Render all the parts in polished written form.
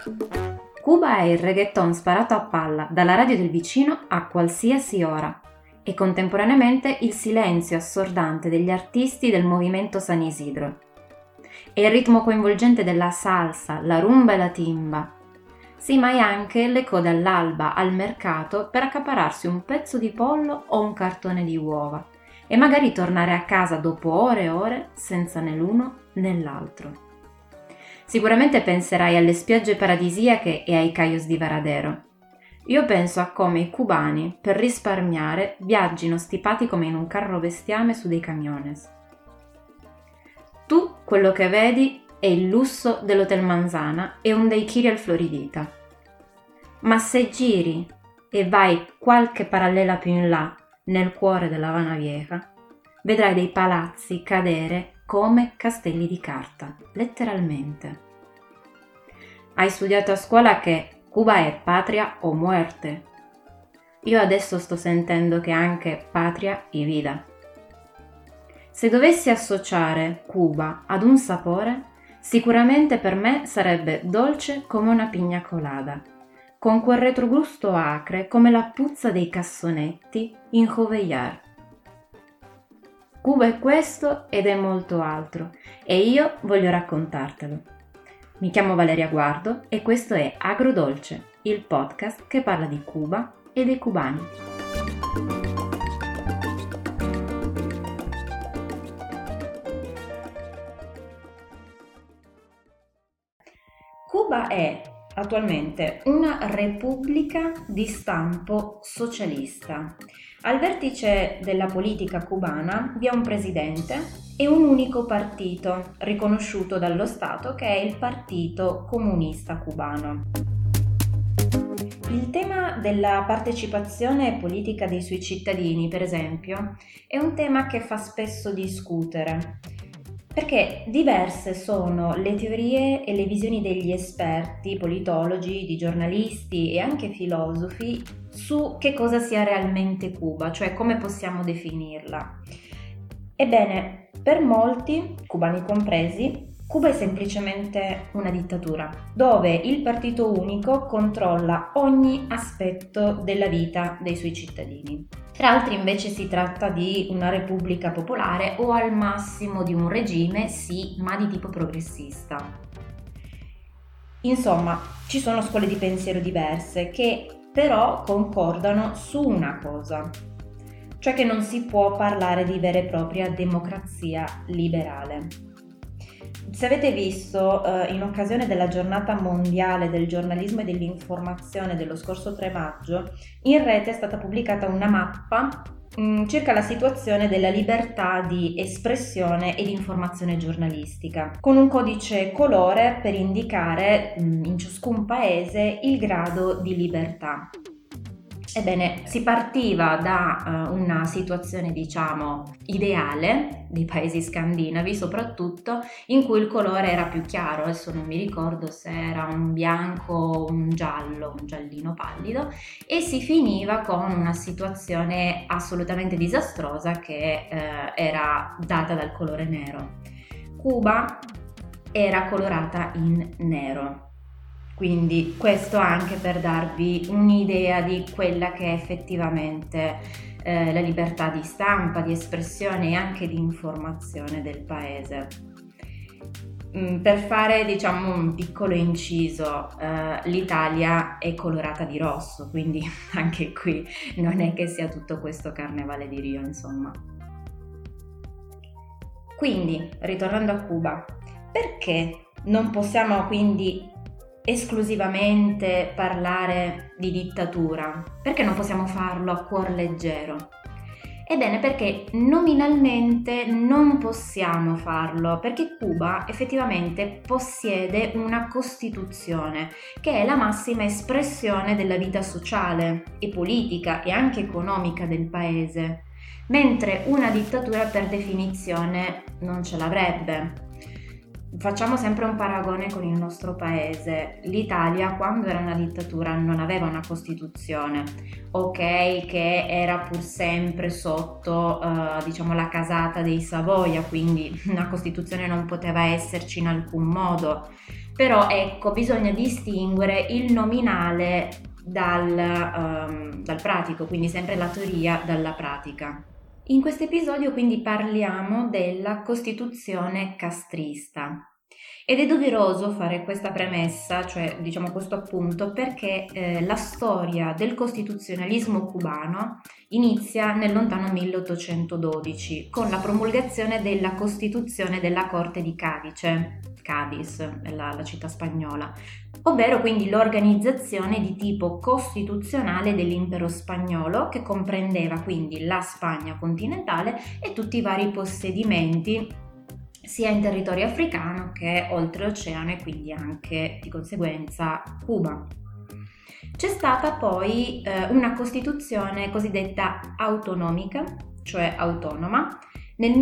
Cuba è il reggaeton sparato a palla dalla radio del vicino a qualsiasi ora e contemporaneamente il silenzio assordante degli artisti del movimento San Isidro. È il ritmo coinvolgente della salsa, la rumba e la timba. Sì, ma è anche le code all'alba al mercato per accaparrarsi un pezzo di pollo o un cartone di uova e magari tornare a casa dopo ore e ore senza né l'uno né l'altro. Sicuramente penserai alle spiagge paradisiache e ai cayos di Varadero. Io penso a come i cubani, per risparmiare, viaggino stipati come in un carro bestiame su dei camiones. Tu quello che vedi è il lusso dell'Hotel Manzana e un daiquiri al Floridita. Ma se giri e vai qualche parallela più in là, nel cuore della Habana Vieja, vedrai dei palazzi cadere come castelli di carta, letteralmente. Hai studiato a scuola che Cuba è patria o muerte. Io adesso sto sentendo che è anche patria y vida. Se dovessi associare Cuba ad un sapore, sicuramente per me sarebbe dolce come una pigna colada, con quel retrogusto acre come la puzza dei cassonetti in Jovellar. Cuba è questo ed è molto altro e io voglio raccontartelo. Mi chiamo Valeria Guardo e questo è Agrodolce, il podcast che parla di Cuba e dei cubani. Cuba è attualmente una repubblica di stampo socialista. Al vertice della politica cubana vi è un presidente e un unico partito riconosciuto dallo Stato che è il Partito Comunista Cubano. Il tema della partecipazione politica dei suoi cittadini, per esempio, è un tema che fa spesso discutere. Perché diverse sono le teorie e le visioni degli esperti, politologi, di giornalisti e anche filosofi su che cosa sia realmente Cuba, cioè come possiamo definirla. Ebbene, per molti, cubani compresi, Cuba è semplicemente una dittatura, dove il partito unico controlla ogni aspetto della vita dei suoi cittadini. Per altri invece si tratta di una repubblica popolare o al massimo di un regime, sì, ma di tipo progressista. Insomma, ci sono scuole di pensiero diverse che però concordano su una cosa, cioè che non si può parlare di vera e propria democrazia liberale. Se avete visto, in occasione della giornata mondiale del giornalismo e dell'informazione dello scorso 3 maggio, in rete è stata pubblicata una mappa circa la situazione della libertà di espressione e di informazione giornalistica, con un codice colore per indicare in ciascun paese il grado di libertà. Ebbene, si partiva da una situazione, diciamo, ideale dei paesi scandinavi, soprattutto in cui il colore era più chiaro, adesso non mi ricordo se era un bianco o un giallo, un giallino pallido, e si finiva con una situazione assolutamente disastrosa che era data dal colore nero. Cuba era colorata in nero. Quindi questo anche per darvi un'idea di quella che è effettivamente la libertà di stampa, di espressione e anche di informazione del paese. Per fare, diciamo, un piccolo inciso, l'Italia è colorata di rosso, quindi anche qui non è che sia tutto questo carnevale di Rio, insomma. Quindi, ritornando a Cuba, perché non possiamo quindi esclusivamente parlare di dittatura? Perché non possiamo farlo a cuor leggero? Ebbene, perché nominalmente non possiamo farlo, perché Cuba effettivamente possiede una Costituzione che è la massima espressione della vita sociale e politica e anche economica del paese, mentre una dittatura per definizione non ce l'avrebbe. Facciamo sempre un paragone con il nostro paese. L'Italia, quando era una dittatura, non aveva una Costituzione, ok, che era pur sempre sotto, diciamo, la casata dei Savoia, quindi una Costituzione non poteva esserci in alcun modo. Però ecco, bisogna distinguere il nominale dal pratico, quindi sempre la teoria dalla pratica. In questo episodio quindi parliamo della Costituzione castrista. Ed è doveroso fare questa premessa, cioè diciamo questo appunto, perché la storia del costituzionalismo cubano inizia nel lontano 1812 con la promulgazione della Costituzione della Corte di Cádiz, la città spagnola, ovvero quindi l'organizzazione di tipo costituzionale dell'impero spagnolo che comprendeva quindi la Spagna continentale e tutti i vari possedimenti sia in territorio africano che oltreoceano e quindi anche di conseguenza Cuba. C'è stata poi una Costituzione cosiddetta autonomica, cioè autonoma, nel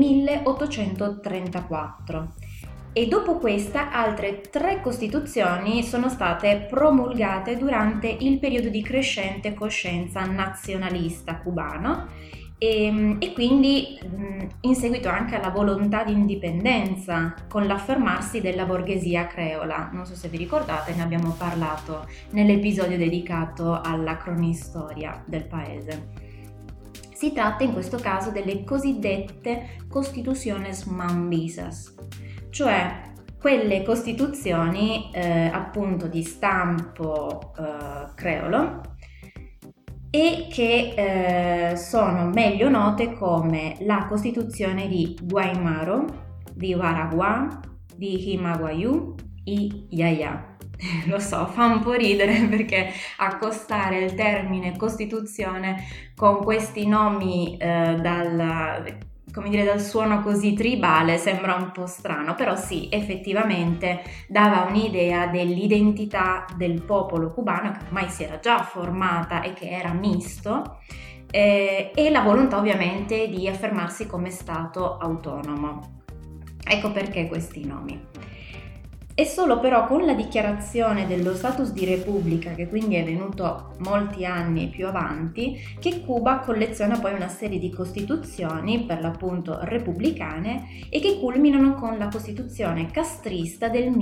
1834 e dopo questa altre 3 Costituzioni sono state promulgate durante il periodo di crescente coscienza nazionalista cubano e quindi in seguito anche alla volontà di indipendenza con l'affermarsi della borghesia creola. Non so se vi ricordate, ne abbiamo parlato nell'episodio dedicato alla cronistoria del paese. Si tratta in questo caso delle cosiddette Constituciones Mambisas, cioè quelle costituzioni appunto di stampo creolo e che sono meglio note come la Costituzione di Guaymaro, di Baraguá, di Jimaguayú e Yaya. Lo so, fa un po' ridere perché accostare il termine Costituzione con questi nomi dal suono così tribale sembra un po' strano, però sì, effettivamente dava un'idea dell'identità del popolo cubano che ormai si era già formata e che era misto e la volontà ovviamente di affermarsi come stato autonomo. Ecco perché questi nomi. È solo però con la dichiarazione dello status di repubblica, che quindi è venuto molti anni più avanti, che Cuba colleziona poi una serie di costituzioni, per l'appunto repubblicane, e che culminano con la Costituzione castrista del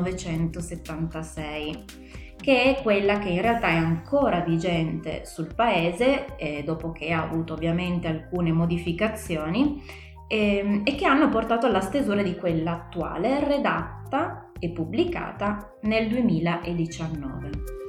1976, che è quella che in realtà è ancora vigente sul paese, dopo che ha avuto ovviamente alcune modificazioni, e che hanno portato alla stesura di quella attuale, redatta e pubblicata nel 2019.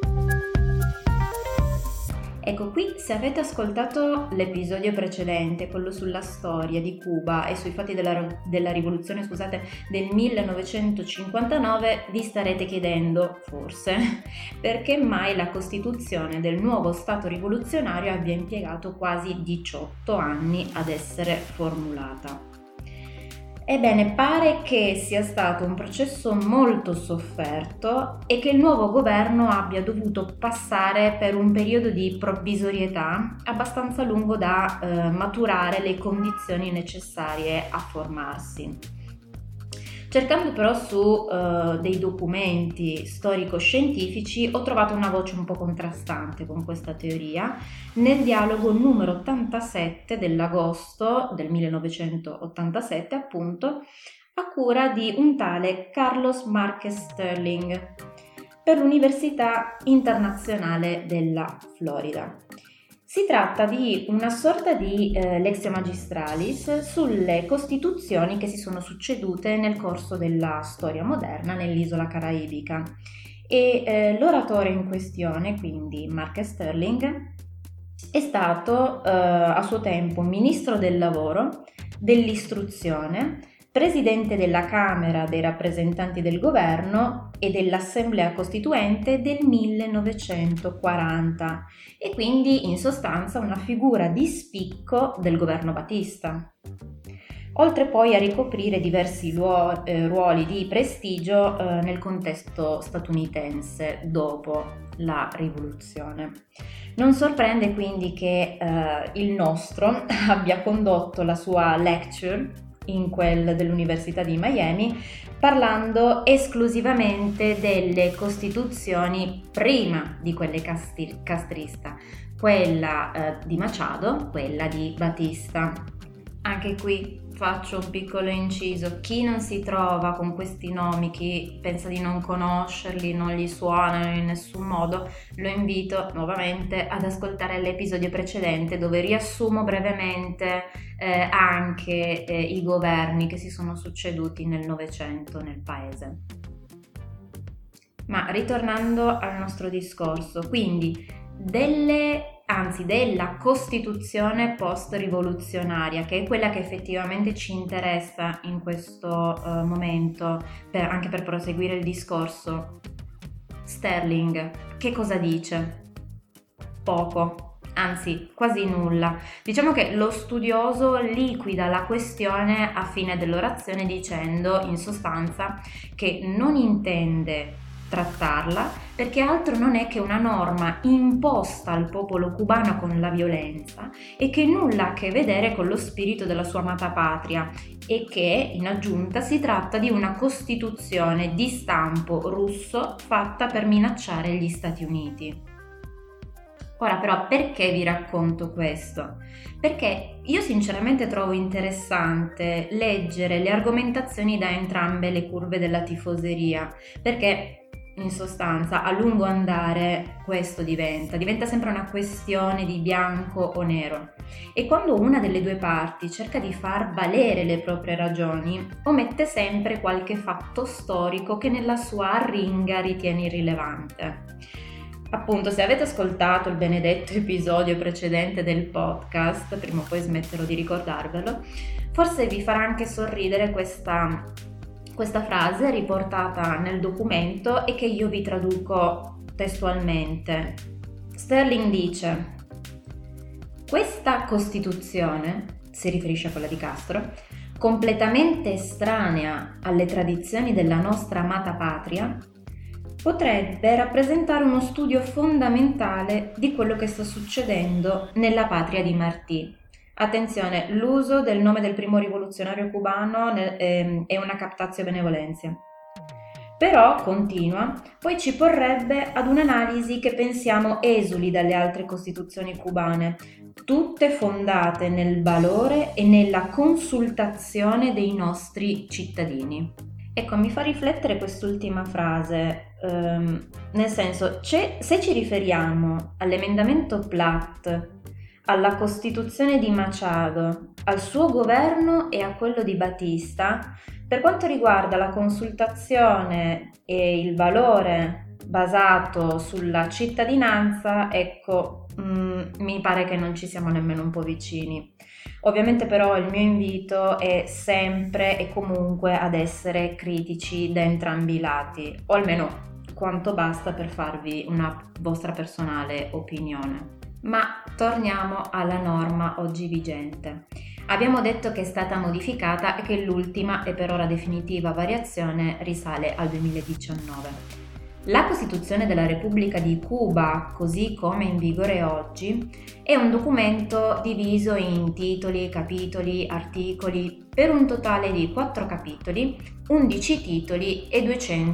Ecco, qui se avete ascoltato l'episodio precedente, quello sulla storia di Cuba e sui fatti della rivoluzione, del 1959, vi starete chiedendo, forse, perché mai la Costituzione del nuovo Stato rivoluzionario abbia impiegato quasi 18 anni ad essere formulata. Ebbene, pare che sia stato un processo molto sofferto e che il nuovo governo abbia dovuto passare per un periodo di provvisorietà abbastanza lungo da maturare le condizioni necessarie a formarsi. Cercando però su dei documenti storico-scientifici ho trovato una voce un po' contrastante con questa teoria nel dialogo numero 87 dell'agosto del 1987, appunto, a cura di un tale Carlos Marquez Sterling per l'Università Internazionale della Florida. Si tratta di una sorta di Lectio Magistralis sulle costituzioni che si sono succedute nel corso della storia moderna nell'isola caraibica e l'oratore in questione, quindi Marquez Sterling, è stato a suo tempo ministro del lavoro, dell'istruzione, presidente della Camera dei rappresentanti del governo e dell'Assemblea Costituente del 1940 e quindi in sostanza una figura di spicco del governo Batista. Oltre poi a ricoprire diversi ruoli di prestigio nel contesto statunitense dopo la rivoluzione. Non sorprende quindi che il nostro abbia condotto la sua lecture in quel dell'Università di Miami, parlando esclusivamente delle costituzioni prima di quelle castrista, quella di Machado, quella di Batista. Anche qui faccio un piccolo inciso: chi non si trova con questi nomi, chi pensa di non conoscerli, non gli suonano in nessun modo, lo invito nuovamente ad ascoltare l'episodio precedente dove riassumo brevemente anche i governi che si sono succeduti nel Novecento nel paese. Ma ritornando al nostro discorso, quindi della Costituzione post-rivoluzionaria, che è quella che effettivamente ci interessa in questo momento, anche per proseguire il discorso. Sterling, che cosa dice? Poco, anzi quasi nulla. Diciamo che lo studioso liquida la questione a fine dell'orazione dicendo, in sostanza, che non intende trattarla perché altro non è che una norma imposta al popolo cubano con la violenza e che nulla ha a che vedere con lo spirito della sua amata patria, e che in aggiunta si tratta di una costituzione di stampo russo fatta per minacciare gli Stati Uniti. Ora però, perché vi racconto questo? Perché io sinceramente trovo interessante leggere le argomentazioni da entrambe le curve della tifoseria, perché in sostanza a lungo andare questo diventa sempre una questione di bianco o nero, e quando una delle due parti cerca di far valere le proprie ragioni omette sempre qualche fatto storico che nella sua arringa ritiene irrilevante. Appunto, se avete ascoltato il benedetto episodio precedente del podcast, prima o poi smetterò di ricordarvelo, forse vi farà anche sorridere questa frase riportata nel documento e che io vi traduco testualmente. Sterling dice: questa Costituzione, si riferisce a quella di Castro, completamente estranea alle tradizioni della nostra amata patria, potrebbe rappresentare uno studio fondamentale di quello che sta succedendo nella patria di Martí. Attenzione, l'uso del nome del primo rivoluzionario cubano è una captatio benevolentia. Però, continua, poi ci porrebbe ad un'analisi che pensiamo esuli dalle altre costituzioni cubane, tutte fondate nel valore e nella consultazione dei nostri cittadini. Ecco, mi fa riflettere quest'ultima frase, nel senso, se ci riferiamo all'emendamento Platt, alla Costituzione di Machado, al suo governo e a quello di Batista, per quanto riguarda la consultazione e il valore basato sulla cittadinanza, ecco, mi pare che non ci siamo nemmeno un po' vicini. Ovviamente però il mio invito è sempre e comunque ad essere critici da entrambi i lati, o almeno quanto basta per farvi una vostra personale opinione. Ma torniamo alla norma oggi vigente. Abbiamo detto che è stata modificata e che l'ultima e per ora definitiva variazione risale al 2019. La Costituzione della Repubblica di Cuba, così come in vigore oggi, è un documento diviso in titoli, capitoli, articoli, per un totale di 4 capitoli, 11 titoli e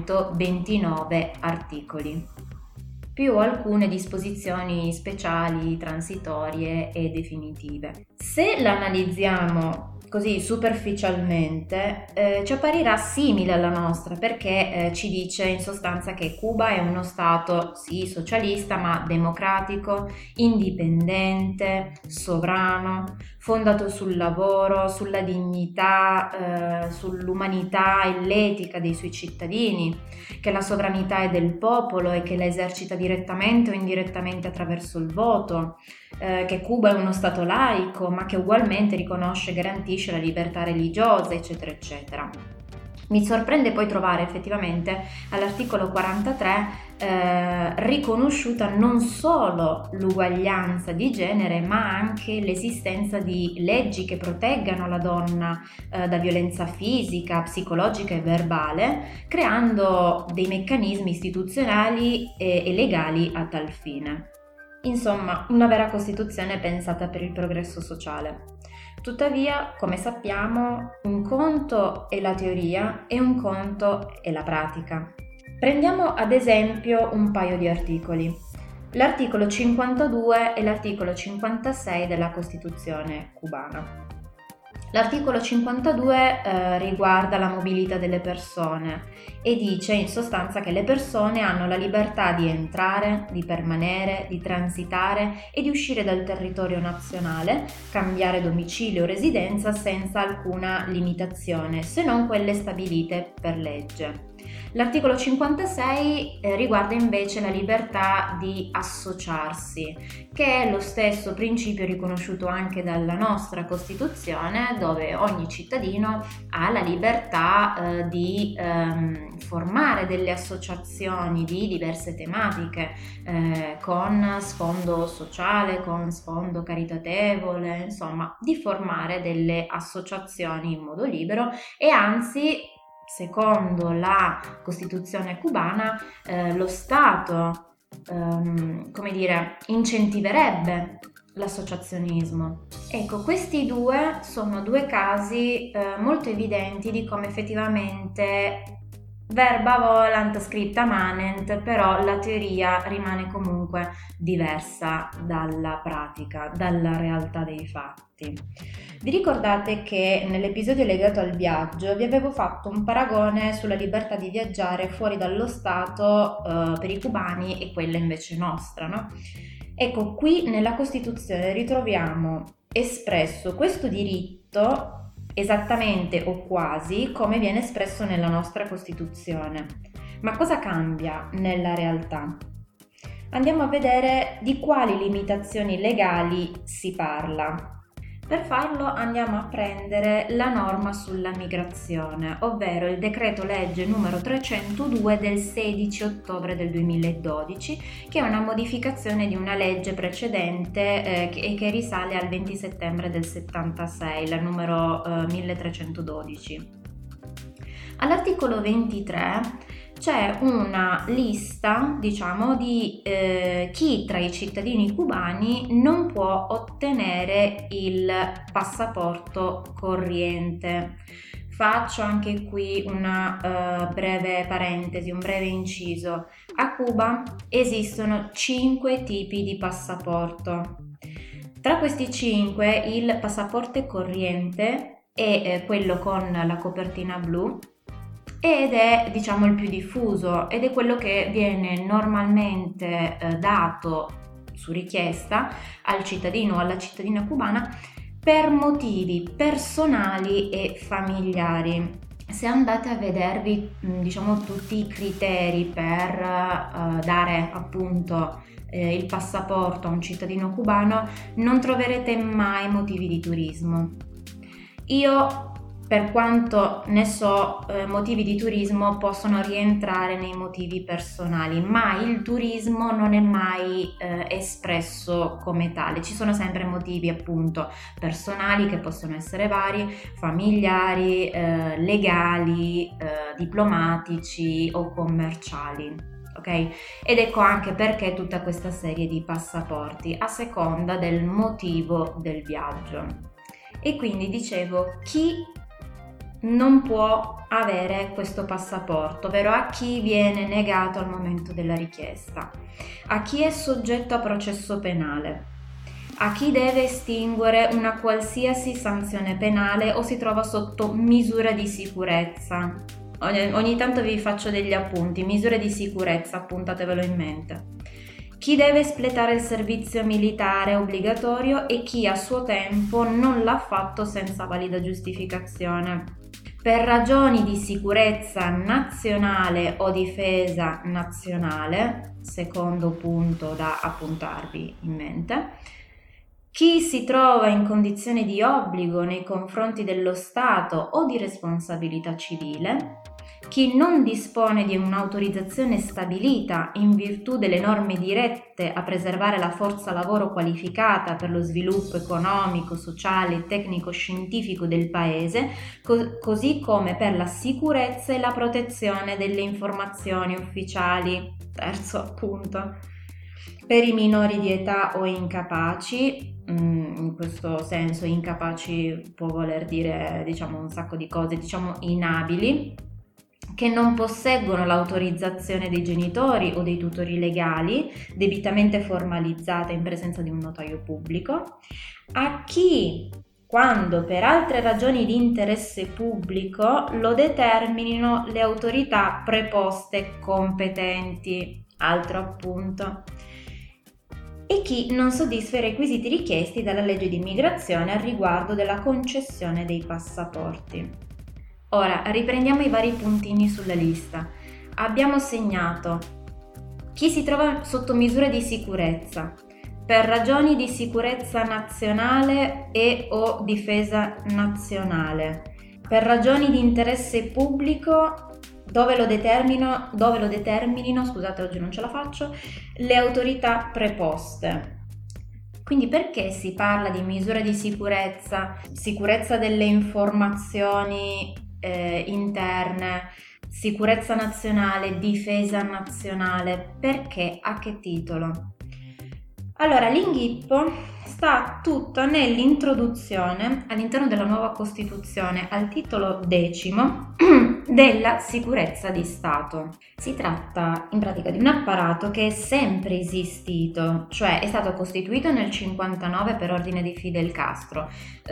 229 articoli, più alcune disposizioni speciali, transitorie e definitive. Se l'analizziamo così superficialmente, ci apparirà simile alla nostra, perché ci dice in sostanza che Cuba è uno stato sì socialista ma democratico, indipendente, sovrano, fondato sul lavoro, sulla dignità, sull'umanità e l'etica dei suoi cittadini, che la sovranità è del popolo e che la esercita direttamente o indirettamente attraverso il voto, che Cuba è uno stato laico ma che ugualmente riconosce e garantisce la libertà religiosa, eccetera eccetera. Mi sorprende poi trovare effettivamente all'articolo 43 riconosciuta non solo l'uguaglianza di genere ma anche l'esistenza di leggi che proteggano la donna da violenza fisica, psicologica e verbale, creando dei meccanismi istituzionali e legali a tal fine. Insomma, una vera Costituzione pensata per il progresso sociale. Tuttavia, come sappiamo, un conto è la teoria e un conto è la pratica. Prendiamo ad esempio un paio di articoli. L'articolo 52 e l'articolo 56 della Costituzione cubana. L'articolo 52 riguarda la mobilità delle persone e dice in sostanza che le persone hanno la libertà di entrare, di permanere, di transitare e di uscire dal territorio nazionale, cambiare domicilio o residenza senza alcuna limitazione, se non quelle stabilite per legge. L'articolo 56 riguarda invece la libertà di associarsi, che è lo stesso principio riconosciuto anche dalla nostra Costituzione, dove ogni cittadino ha la libertà di formare delle associazioni di diverse tematiche, con sfondo sociale, con sfondo caritatevole, insomma, di formare delle associazioni in modo libero e anzi, secondo la Costituzione cubana, lo Stato, incentiverebbe l'associazionismo. Ecco, questi due sono due casi molto evidenti di come effettivamente verba volant scripta manent, però la teoria rimane comunque diversa dalla pratica, dalla realtà dei fatti. Vi ricordate che nell'episodio legato al viaggio vi avevo fatto un paragone sulla libertà di viaggiare fuori dallo Stato per i cubani e quella invece nostra, no? Ecco, qui nella Costituzione ritroviamo espresso questo diritto esattamente o quasi come viene espresso nella nostra Costituzione. Ma cosa cambia nella realtà? Andiamo a vedere di quali limitazioni legali si parla. Per farlo andiamo a prendere la norma sulla migrazione, ovvero il decreto legge numero 302 del 16 ottobre del 2012, che è una modificazione di una legge precedente e che risale al 20 settembre del 76, la numero 1312. All'articolo 23 c'è una lista, di chi tra i cittadini cubani non può ottenere il passaporto corriente. Faccio anche qui una breve parentesi, un breve inciso. A Cuba esistono 5 tipi di passaporto. Tra questi 5 il passaporto corriente è quello con la copertina blu, ed è il più diffuso ed è quello che viene normalmente dato su richiesta al cittadino o alla cittadina cubana per motivi personali e familiari. Se andate a vedervi tutti i criteri per dare appunto il passaporto a un cittadino cubano, non troverete mai motivi di turismo. Io, per quanto ne so, motivi di turismo possono rientrare nei motivi personali, ma il turismo non è mai espresso come tale. Ci sono sempre motivi appunto personali che possono essere vari, familiari, legali, diplomatici o commerciali. Ok? Ed ecco anche perché tutta questa serie di passaporti a seconda del motivo del viaggio. E quindi dicevo, chi non può avere questo passaporto, ovvero a chi viene negato al momento della richiesta, a chi è soggetto a processo penale, a chi deve estinguere una qualsiasi sanzione penale o si trova sotto misura di sicurezza. Ogni tanto vi faccio degli appunti, misure di sicurezza, appuntatevelo in mente. Chi deve espletare il servizio militare obbligatorio e chi a suo tempo non l'ha fatto senza valida giustificazione. Per ragioni di sicurezza nazionale o difesa nazionale, secondo punto da appuntarvi in mente, chi si trova in condizione di obbligo nei confronti dello Stato o di responsabilità civile, chi non dispone di un'autorizzazione stabilita in virtù delle norme dirette a preservare la forza lavoro qualificata per lo sviluppo economico, sociale e tecnico-scientifico del paese, così come per la sicurezza e la protezione delle informazioni ufficiali. Terzo appunto. Per i minori di età o incapaci, in questo senso incapaci può voler dire un sacco di cose, inabili, che non posseggono l'autorizzazione dei genitori o dei tutori legali debitamente formalizzata in presenza di un notaio pubblico, a chi quando per altre ragioni di interesse pubblico lo determinino le autorità preposte competenti, altro appunto, e chi non soddisfa i requisiti richiesti dalla legge di immigrazione al riguardo della concessione dei passaporti. Ora, riprendiamo i vari puntini sulla lista. Abbiamo segnato chi si trova sotto misure di sicurezza, per ragioni di sicurezza nazionale e o difesa nazionale, per ragioni di interesse pubblico, dove lo determinino, scusate, oggi non ce la faccio, le autorità preposte. Quindi perché si parla di misure di sicurezza, sicurezza delle informazioni interne, sicurezza nazionale, difesa nazionale? Perché? A che titolo? Allora, l'inghippo sta tutto nell'introduzione all'interno della nuova Costituzione al titolo 10 della sicurezza di Stato. Si tratta in pratica di un apparato che è sempre esistito, cioè è stato costituito nel 59 per ordine di Fidel Castro,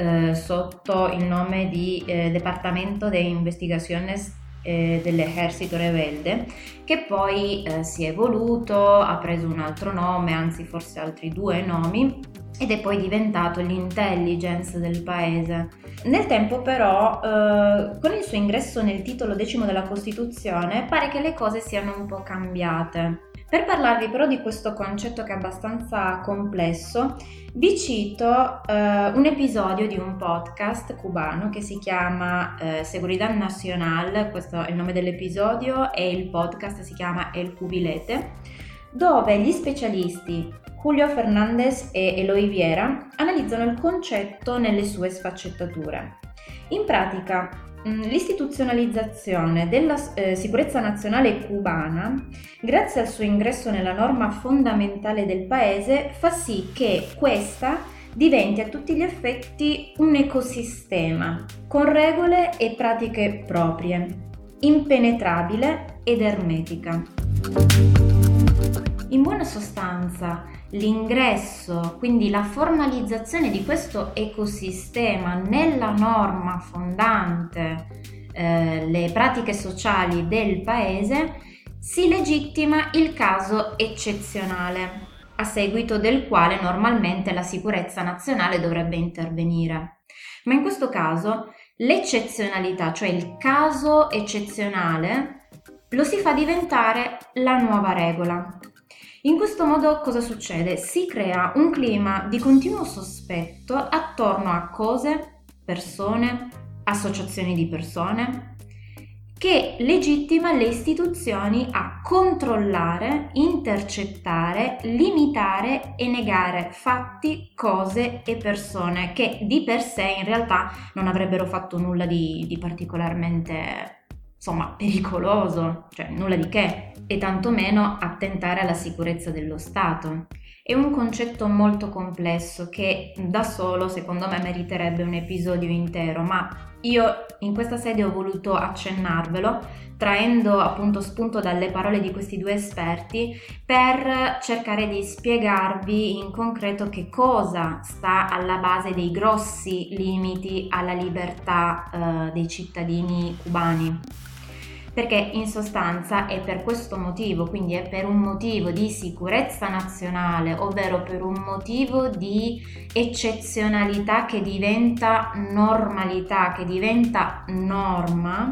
sotto il nome di Departamento de Investigaciones dell'Ejército Rebelde, che poi si è evoluto, ha preso un altro nome, anzi forse altri 2 nomi, ed è poi diventato l'intelligence del paese. Nel tempo però, con il suo ingresso nel titolo 10 della Costituzione, pare che le cose siano un po' cambiate. Per parlarvi però di questo concetto che è abbastanza complesso, vi cito un episodio di un podcast cubano che si chiama Seguridad Nacional, questo è il nome dell'episodio, e il podcast si chiama El Cubilete, dove gli specialisti Julio Fernández e Eloy Viera analizzano il concetto nelle sue sfaccettature. In pratica, l'istituzionalizzazione della sicurezza nazionale cubana, grazie al suo ingresso nella norma fondamentale del paese, fa sì che questa diventi a tutti gli effetti un ecosistema con regole e pratiche proprie, impenetrabile ed ermetica. In buona sostanza, l'ingresso, quindi la formalizzazione di questo ecosistema nella norma fondante le pratiche sociali del paese, si legittima il caso eccezionale, a seguito del quale normalmente la sicurezza nazionale dovrebbe intervenire. Ma in questo caso l'eccezionalità, cioè il caso eccezionale, lo si fa diventare la nuova regola. In questo modo cosa succede? Si crea un clima di continuo sospetto attorno a cose, persone, associazioni di persone, che legittima le istituzioni a controllare, intercettare, limitare e negare fatti, cose e persone che di per sé in realtà non avrebbero fatto nulla di particolarmente pericoloso, cioè nulla di che, e tantomeno attentare alla sicurezza dello Stato. È un concetto molto complesso che da solo secondo me meriterebbe un episodio intero, ma io in questa sede ho voluto accennarvelo, traendo appunto spunto dalle parole di questi 2 esperti per cercare di spiegarvi in concreto che cosa sta alla base dei grossi limiti alla libertà dei cittadini cubani. Perché in sostanza è per questo motivo, quindi è per un motivo di sicurezza nazionale, ovvero per un motivo di eccezionalità che diventa normalità, che diventa norma,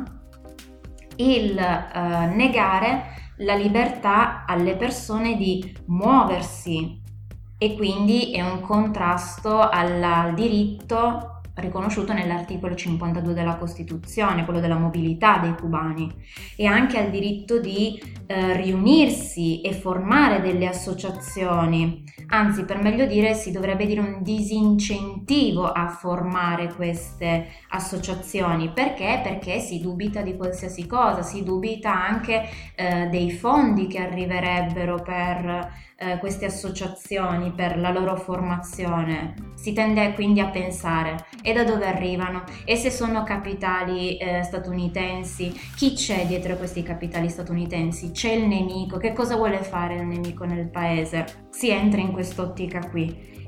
il negare la libertà alle persone di muoversi, e quindi è un contrasto al diritto riconosciuto nell'articolo 52 della Costituzione, quello della mobilità dei cubani, e anche al diritto di riunirsi e formare delle associazioni, anzi per meglio dire si dovrebbe dire un disincentivo a formare queste associazioni. Perché? Perché si dubita di qualsiasi cosa, si dubita anche dei fondi che arriverebbero per queste associazioni, per la loro formazione. Si tende quindi a pensare: e da dove arrivano? E se sono capitali statunitensi? Chi c'è dietro a questi capitali statunitensi? C'è il nemico? Che cosa vuole fare il nemico nel paese? Si entra in quest'ottica qui.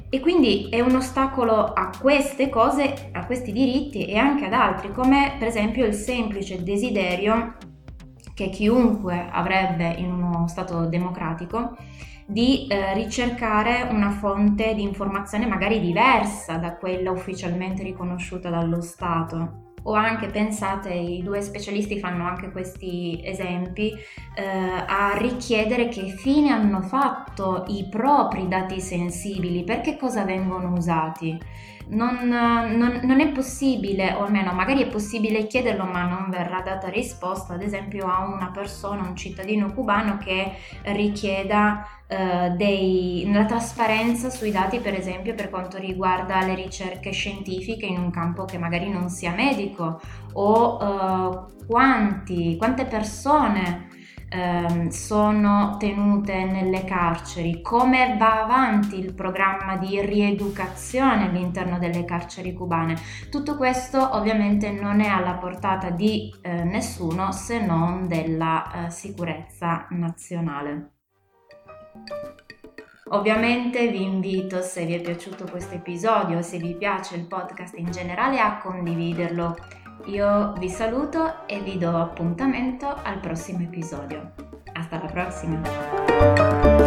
E quindi è un ostacolo a queste cose, a questi diritti e anche ad altri, come per esempio il semplice desiderio che chiunque avrebbe in uno Stato democratico di ricercare una fonte di informazione magari diversa da quella ufficialmente riconosciuta dallo Stato. O anche, pensate, i due specialisti fanno anche questi esempi, a richiedere che fine hanno fatto i propri dati sensibili, per che cosa vengono usati. Non è possibile, o almeno magari è possibile chiederlo, ma non verrà data risposta, ad esempio a una persona, un cittadino cubano che richieda la trasparenza sui dati, per esempio per quanto riguarda le ricerche scientifiche in un campo che magari non sia medico, o quante persone sono tenute nelle carceri, come va avanti il programma di rieducazione all'interno delle carceri cubane. Tutto questo ovviamente non è alla portata di nessuno se non della sicurezza nazionale. Ovviamente vi invito, se vi è piaciuto questo episodio, se vi piace il podcast in generale, a condividerlo. Io vi saluto e vi do appuntamento al prossimo episodio. Hasta la prossima!